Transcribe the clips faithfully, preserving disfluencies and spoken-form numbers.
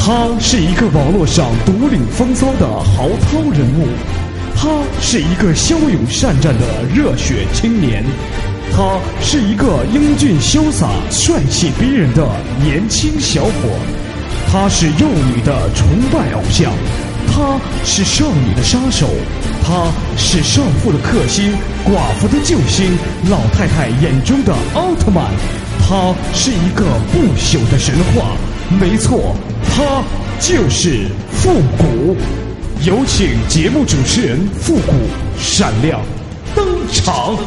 他是一个网络上独领风骚的豪涛人物，他是一个骁勇善战的热血青年，他是一个英俊潇洒、帅气逼人的年轻小伙，他是幼女的崇拜偶像，他是少女的杀手，他是少妇的克星，寡妇的救星，老太太眼中的奥特曼，他是一个不朽的神话。没错，他就是复古。有请节目主持人复古闪亮登场。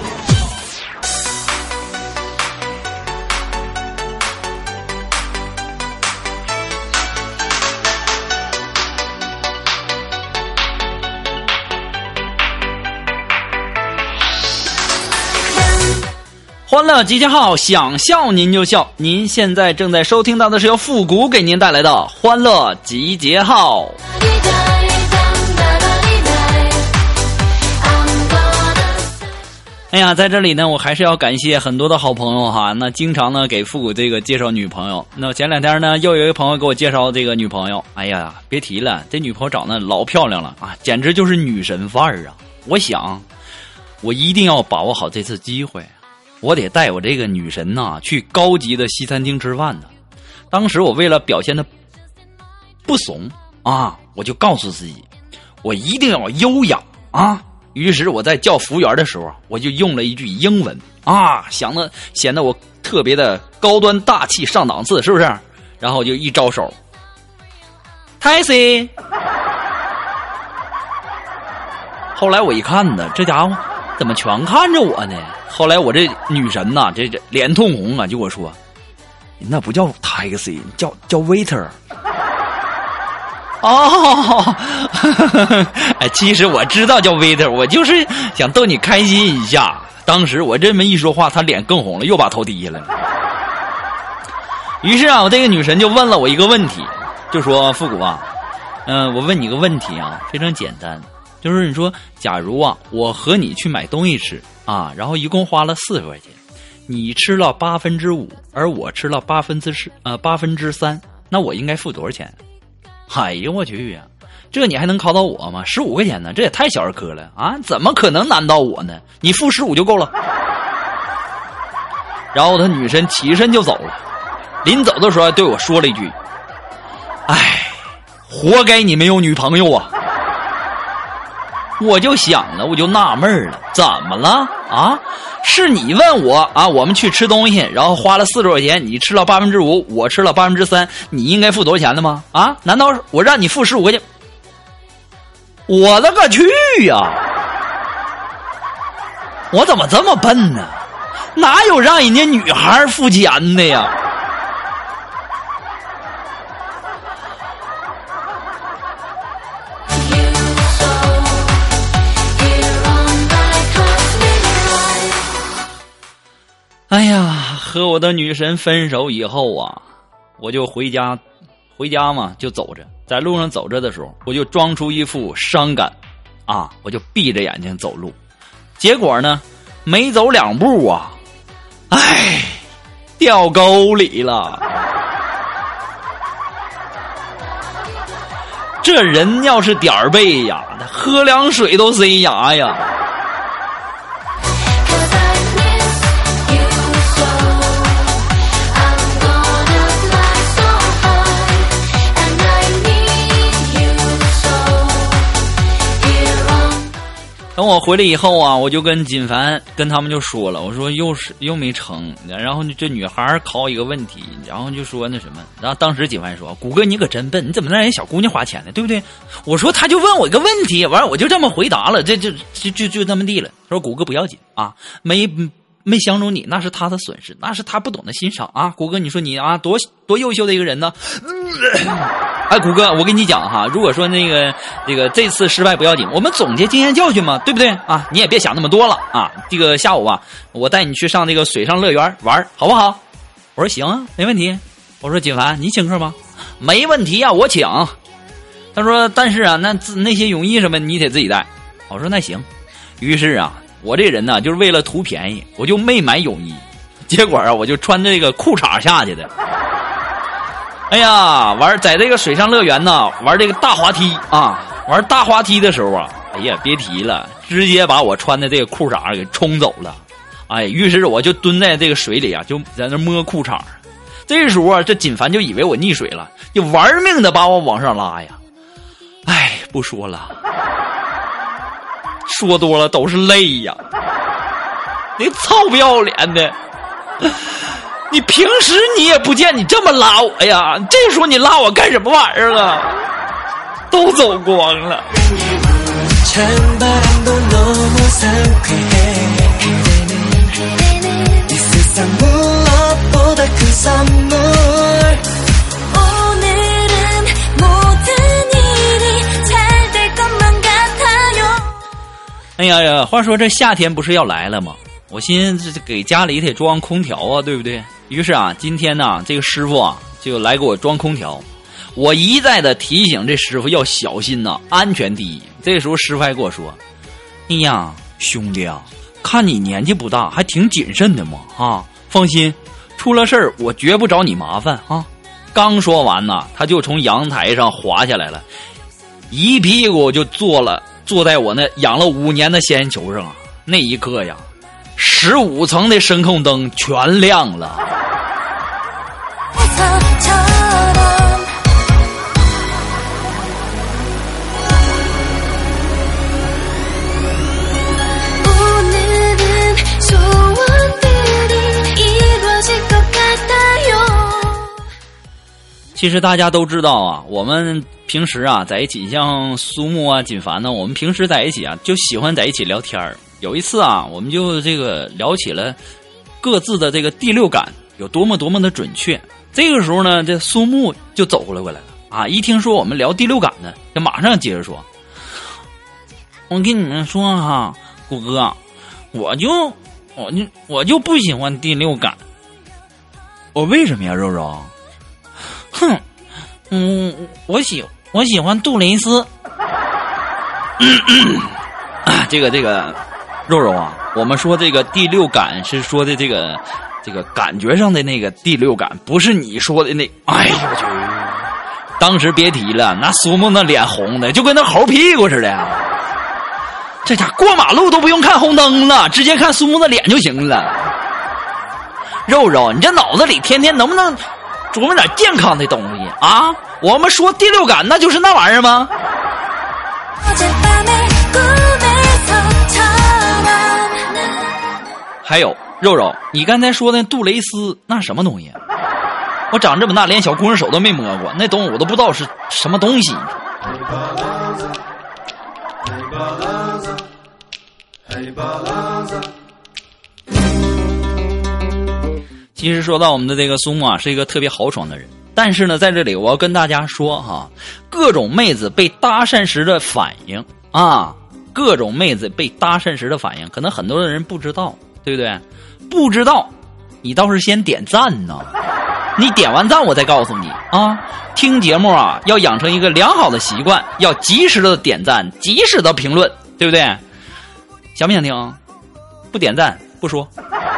欢乐集结号，想笑您就笑。您现在正在收听到的是由复古给您带来的欢乐集结号。哎呀，在这里呢，我还是要感谢很多的好朋友哈。那经常呢给复古这个介绍女朋友。那前两天呢，又有一个朋友给我介绍这个女朋友。哎呀，别提了，这女朋友长得老漂亮了啊，简直就是女神范儿啊！我想，我一定要把握好这次机会。我得带我这个女神呐、啊、去高级的西餐厅吃饭呢。当时我为了表现的不怂啊，我就告诉自己，我一定要优雅啊。于是我在叫服务员的时候，我就用了一句英文啊，想的显得我特别的高端大气上档次，是不是？然后我就一招手 ，Taxi。后来我一看呢，这家伙怎么全看着我呢？后来我这女神呐、啊，这这脸通红啊，就跟我说，那不叫 taxi， 叫叫 waiter。哦，哎，其实我知道叫 waiter， 我就是想逗你开心一下。当时我这么一说话，她脸更红了，又把头低下来了。于是啊，我这个女神就问了我一个问题，就说复古啊，嗯、呃，我问你个问题啊，非常简单。就是你说，假如啊，我和你去买东西吃啊，然后一共花了四十块钱，你吃了八分之五，而我吃了八分之十，呃，八分之三，那我应该付多少钱？哎呀，我去呀、啊，这你还能考到我吗？十五块钱呢，这也太小儿科了啊！怎么可能难到我呢？你付十五就够了。然后他女神起身就走了，临走的时候还对我说了一句：“哎，活该你没有女朋友啊！”我就想了，我就纳闷了，怎么了啊？是你问我啊，我们去吃东西，然后花了四十块钱，你吃了八分之五，我吃了八分之三，你应该付多少钱的吗？啊？难道我让你付十五块钱？我勒个去呀！我怎么这么笨呢？哪有让人家女孩付钱的呀？哎呀，和我的女神分手以后啊，我就回家，回家嘛就走着，在路上走着的时候，我就装出一副伤感，啊，我就闭着眼睛走路，结果呢，没走两步啊，哎，掉沟里了。这人要是点儿背呀，喝凉水都塞牙呀。等我回来以后啊，我就跟锦凡跟他们就说了，我说又是又没成，然后这女孩考一个问题，然后就说那什么，然后当时锦凡说，谷哥你可真笨，你怎么让人小姑娘花钱呢，对不对？我说他就问我一个问题，完我就这么回答了，这就就就就这么地了。他说谷哥不要紧啊，没没相中你那是他的损失，那是他不懂得欣赏啊。谷哥你说你啊多多优秀的一个人呢。哎，谷哥，我跟你讲哈，如果说那个这个这次失败不要紧，我们总结经验教训嘛，对不对啊？你也别想那么多了啊。这个下午啊，我带你去上这个水上乐园玩，好不好？我说行啊，没问题。我说锦凡，你请客吗？没问题啊，我请。他说，但是啊，那那些泳衣什么你得自己带。我说那行。于是啊，我这人呢，就是为了图便宜，我就没买泳衣。结果啊，我就穿这个裤衩下去的。 哎呀，玩在这个水上乐园呢，玩这个大滑梯啊，玩大滑梯的时候啊，哎呀，别提了，直接把我穿的这个裤衩给冲走了。哎，于是我就蹲在这个水里啊，就在那摸裤衩。这时候啊，这锦凡就以为我溺水了，就玩命的把我往上拉呀。哎，不说了，说多了都是泪呀。你臭不要脸的！你平时你也不见你这么拉我呀，这时候你拉我干什么玩意儿啊？都走光了。哎呀呀，话说这夏天不是要来了吗？我寻思这给家里得装空调啊，对不对？于是啊，今天呢，这个师傅啊就来给我装空调。我一再的提醒这师傅要小心呐、啊，安全第一。这时候师傅还跟我说：“哎呀，兄弟啊，看你年纪不大，还挺谨慎的嘛，啊，放心，出了事儿我绝不找你麻烦啊。”刚说完呢，他就从阳台上滑下来了，一屁股就坐了，坐在我那养了五年的仙人球上啊。那一刻呀，十五层的声控灯全亮了。其实大家都知道啊，我们平时啊在一起，像苏木啊、锦凡呢，我们平时在一起啊就喜欢在一起聊天儿。有一次啊，我们就这个聊起了各自的这个第六感有多么多么的准确。这个时候呢，这苏木就走过来过来了啊！一听说我们聊第六感呢，就马上接着说：“我跟你们说哈，谷哥，我就我就我就不喜欢第六感。我为什么呀，肉肉？哼，嗯，我喜我喜欢杜蕾斯。嗯嗯啊，这个这个。”肉肉啊，我们说这个第六感是说的这个这个感觉上的那个第六感，不是你说的那。哎呦我去！当时别提了，那苏木那脸红的就跟那猴屁股似的。这家过马路都不用看红灯了，直接看苏木的脸就行了。肉肉，你这脑子里天天能不能琢磨点健康的东西啊？我们说第六感，那就是那玩意儿吗？还有肉肉，你刚才说的杜蕾斯那什么东西？我长这么大连小姑娘手都没摸过，那东西我都不知道是什么东西。其实说到我们的这个苏木啊，是一个特别豪爽的人，但是呢，在这里我要跟大家说哈，各种妹子被搭讪时的反应啊，各种妹子被搭讪时的反应，可能很多的人不知道。对不对？不知道，你倒是先点赞呢。你点完赞，我再告诉你啊。听节目啊，要养成一个良好的习惯，要及时的点赞，及时的评论，对不对？想不想听？不点赞不说。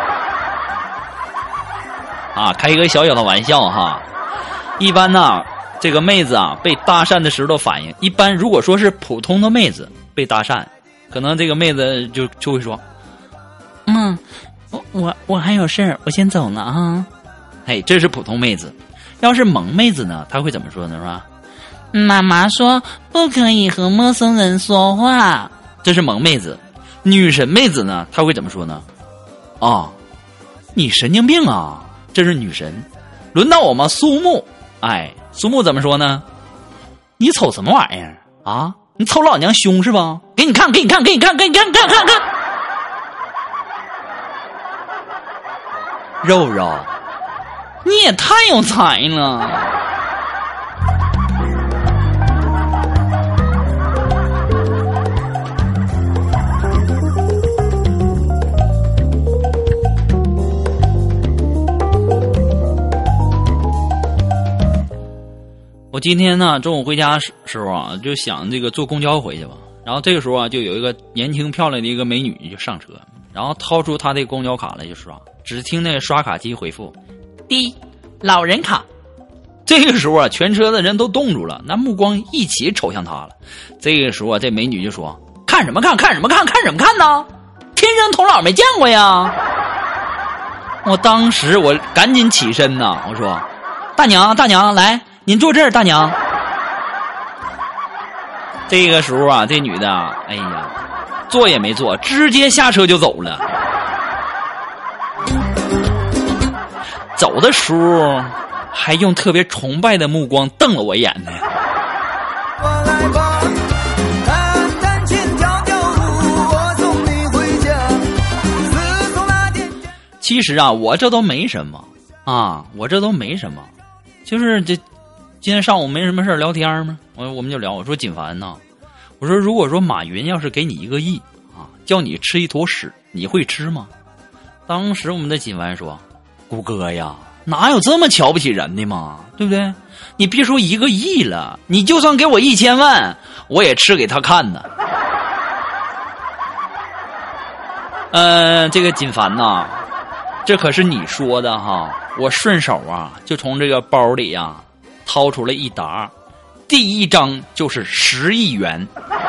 啊，开一个小小的玩笑哈。一般呢，这个妹子啊被搭讪的时候的反应，一般如果说是普通的妹子被搭讪，可能这个妹子就就会说。嗯，我我我还有事儿，我先走了啊。嘿，这是普通妹子。要是萌妹子呢，她会怎么说呢？是吧？妈妈说不可以和陌生人说话。这是萌妹子。女神妹子呢，她会怎么说呢？哦，你神经病啊！这是女神。轮到我们苏木，哎，苏木怎么说呢？你瞅什么玩意儿啊？你瞅老娘胸是吧？给你看，给你看，给你看，给你看，看看看。肉肉，你也太有才了！我今天呢中午回家时候啊，就想这个坐公交回去吧。然后这个时候啊，就有一个年轻漂亮的一个美女就上车，然后掏出她的公交卡来就刷。只听那个刷卡机回复：“滴，老人卡。” 这个时候啊，全车的人都冻住了，那目光一起瞅向他了。这个时候啊，这美女就说：“看什么看？看什么看？看什么看呢？天生童姥没见过呀！”我当时我赶紧起身呐，我说：“大娘，大娘，来，您坐这儿，大娘。”这个时候啊，这女的，哎呀，坐也没坐，直接下车就走了。走的时候还用特别崇拜的目光瞪了我一眼呢。其实啊，我这都没什么啊，我这都没什么，就是这今天上午没什么事聊天嘛，我我们就聊，我说锦凡呐，我说如果说马云要是给你一个亿啊，叫你吃一坨屎，你会吃吗？当时我们的锦凡说：“谷歌呀，哪有这么瞧不起人的嘛，对不对？你别说一个亿了，你就算给我一千万，我也吃给他看呢。”呃，这个锦凡呐，这可是你说的哈，我顺手啊就从这个包里呀、啊、掏出了一沓，第一张就是十亿元。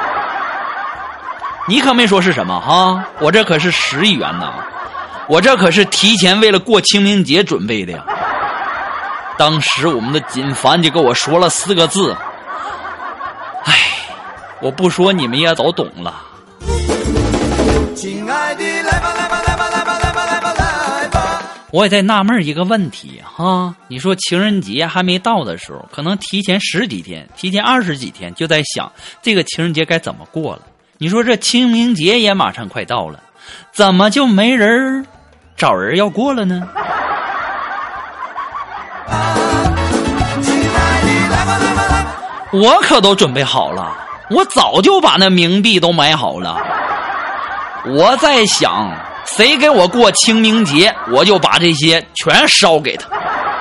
你可没说是什么哈，我这可是十亿元呐，我这可是提前为了过清明节准备的呀。当时我们的锦凡就跟我说了四个字，唉，我不说你们也早懂了。亲爱的，来吧来吧来吧来吧来吧来吧来吧。我也在纳闷一个问题哈，你说情人节还没到的时候，可能提前十几天，提前二十几天就在想这个情人节该怎么过了。你说这清明节也马上快到了，怎么就没人找人要过了呢？我可都准备好了，我早就把那冥币都买好了。我在想，谁给我过清明节，我就把这些全烧给他。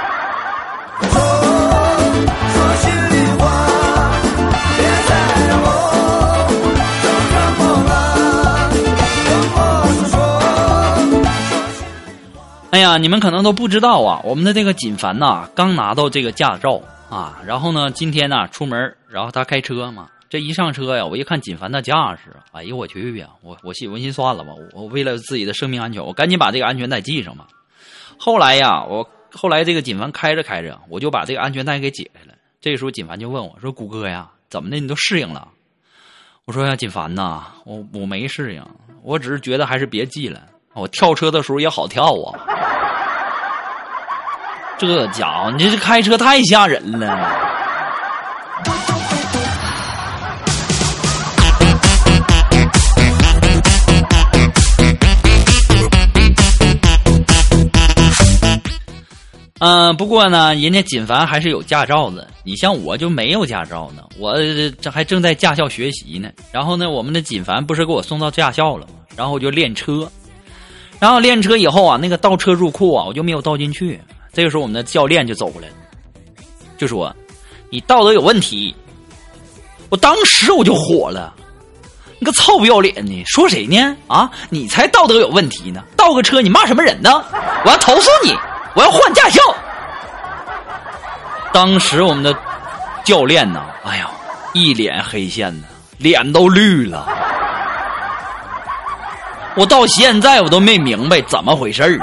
哎呀，你们可能都不知道啊，我们的这个锦凡呐，刚拿到这个驾照啊，然后呢，今天呢出门，然后他开车嘛，这一上车呀，我一看锦凡的驾驶，哎呦我去呀，我我心我心算了吧，我为了自己的生命安全，我赶紧把这个安全带系上吧。后来呀，我后来这个锦凡开着开着，我就把这个安全带给解开了。这个时候锦凡就问我说：“谷歌呀，怎么的？你都适应了？”我说呀，锦凡呐，我我没适应，我只是觉得还是别系了，我跳车的时候也好跳啊。这家伙，你这开车太吓人了。嗯、呃，不过呢，人家锦凡还是有驾照的。你像我就没有驾照呢，我这还正在驾校学习呢。然后呢，我们的锦凡不是给我送到驾校了吗？然后我就练车，然后练车以后啊，那个倒车入库啊，我就没有倒进去。这个时候，我们的教练就走过来了，就说：“你道德有问题。”我当时我就火了，你个臭不要脸的，说谁呢？啊，你才道德有问题呢！倒个车你骂什么人呢？我要投诉你，我要换驾校。当时我们的教练呢，哎呀，一脸黑线呢，脸都绿了。我到现在我都没明白怎么回事儿。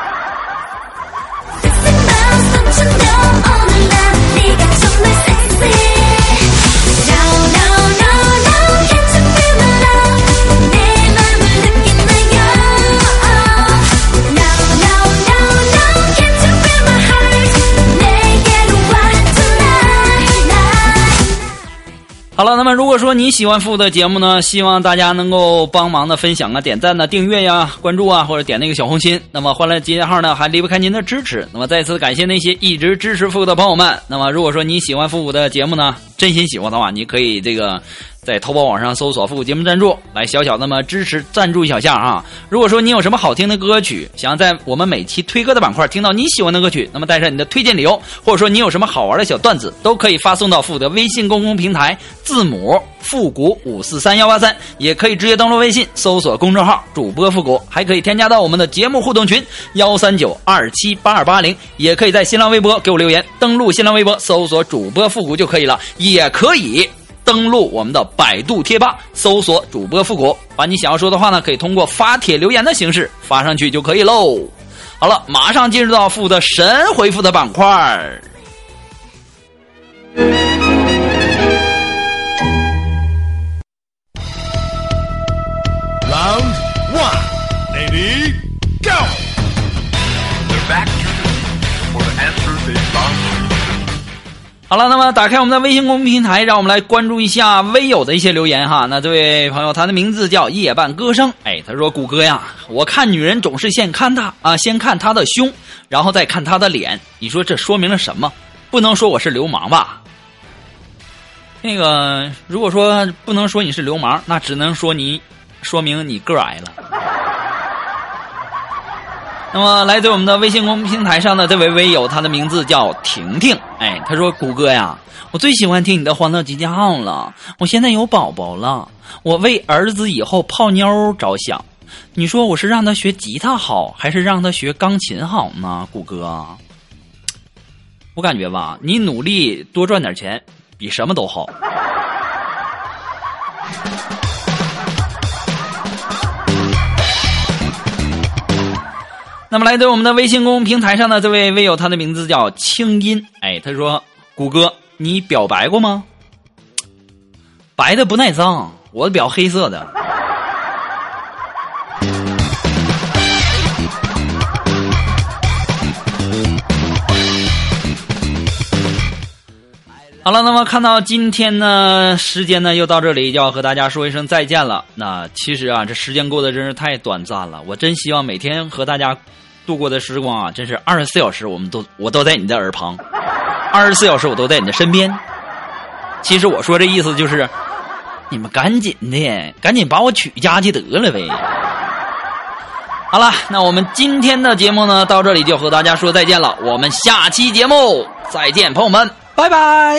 好了，那么如果说你喜欢复的节目呢，希望大家能够帮忙的分享啊、点赞啊、订阅呀、关注啊，或者点那个小红心。那么欢乐集结号呢，还离不开您的支持。那么再次感谢那些一直支持复的朋友们。那么如果说你喜欢复的节目呢，真心喜欢的话，你可以这个在淘宝网上搜索复古节目赞助，来小小那么支持赞助一小下啊。如果说你有什么好听的歌曲，想要在我们每期推歌的板块听到你喜欢的歌曲，那么带上你的推荐理由，或者说你有什么好玩的小段子，都可以发送到复古的微信公共平台字母复古五四三一八三，也可以直接登录微信搜索公众号主播复古，还可以添加到我们的节目互动群幺三九二七八二八零，也可以在新浪微博给我留言，登录新浪微博搜索主播复古就可以了，也可以登录我们的百度贴吧搜索主播复古，把你想要说的话呢可以通过发帖留言的形式发上去就可以喽。好了，马上进入到复古的神回复的板块。 Round one, lady, go! They're back for the answer they found. 好了，那么打开我们的微信公众平台，让我们来关注一下微友的一些留言哈。那这位朋友，他的名字叫夜半歌声，哎，他说谷歌呀，我看女人总是先看她啊，先看她的胸，然后再看她的脸，你说这说明了什么？不能说我是流氓吧？那个，如果说不能说你是流氓，那只能说你说明你个矮了。那么来自我们的微信公众平台上的这位微友，他的名字叫婷婷，哎，他说谷歌呀，我最喜欢听你的欢乐集结号了，我现在有宝宝了，我为儿子以后泡妞着想，你说我是让他学吉他好还是让他学钢琴好呢？谷歌，我感觉吧，你努力多赚点钱比什么都好。那么来自我们的微信公众平台上的这位微友，他的名字叫清音，哎，他说谷歌，你表白过吗？白的不耐脏，我的表黑色的。好了，那么看到今天呢，时间呢又到这里，就要和大家说一声再见了。那其实啊，这时间过得真是太短暂了，我真希望每天和大家度过的时光啊，真是二十四小时，我们都我都在你的耳旁，二十四小时我都在你的身边。其实我说这意思就是，你们赶紧的，赶紧把我娶家去得了呗。好了，那我们今天的节目呢，到这里就和大家说再见了，我们下期节目再见，朋友们，拜拜。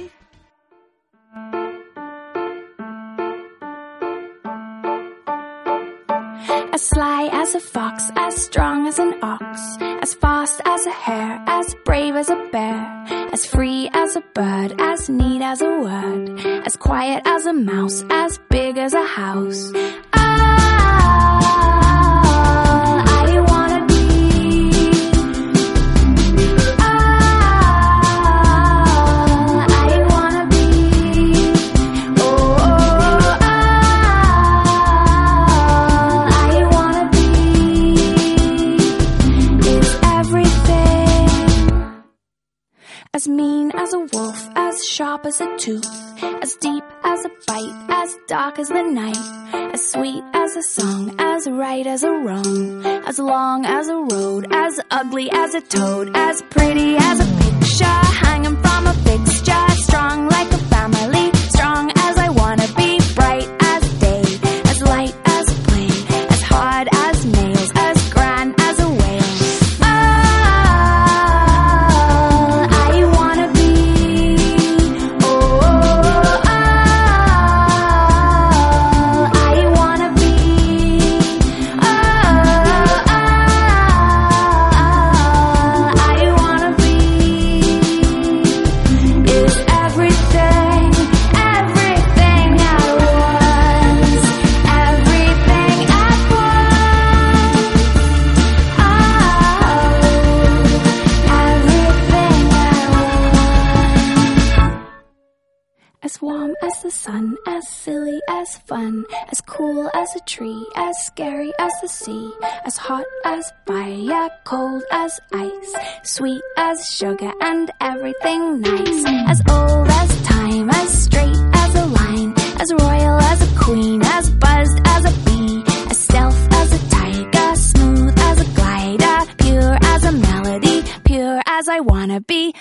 As sly as a fox, as strong as an ox, as fast as a hare, as brave as a bear, as free as a bird, as neat as a word, as quiet as a mouse, as big as a house. As mean as a wolf, as sharp as a tooth, as deep as a bite, as dark as the night, as sweet as a song, as right as a wrong, as long as a road, as ugly as a toad, as pretty as a picture hanging from a fixture, strong like a family, strong as I wanna be, bright as day, as light as a plane, as hard as nails, as grand as a whale. As warm as the sun, as silly as fun, as cool as a tree, as scary as the sea, as hot as fire, cold as ice, sweet as sugar and everything nice, as old as time, as straight as a line, as royal as a queen, as buzzed as a bee, as stealth as a tiger, smooth as a glider, pure as a melody, pure as I wanna be.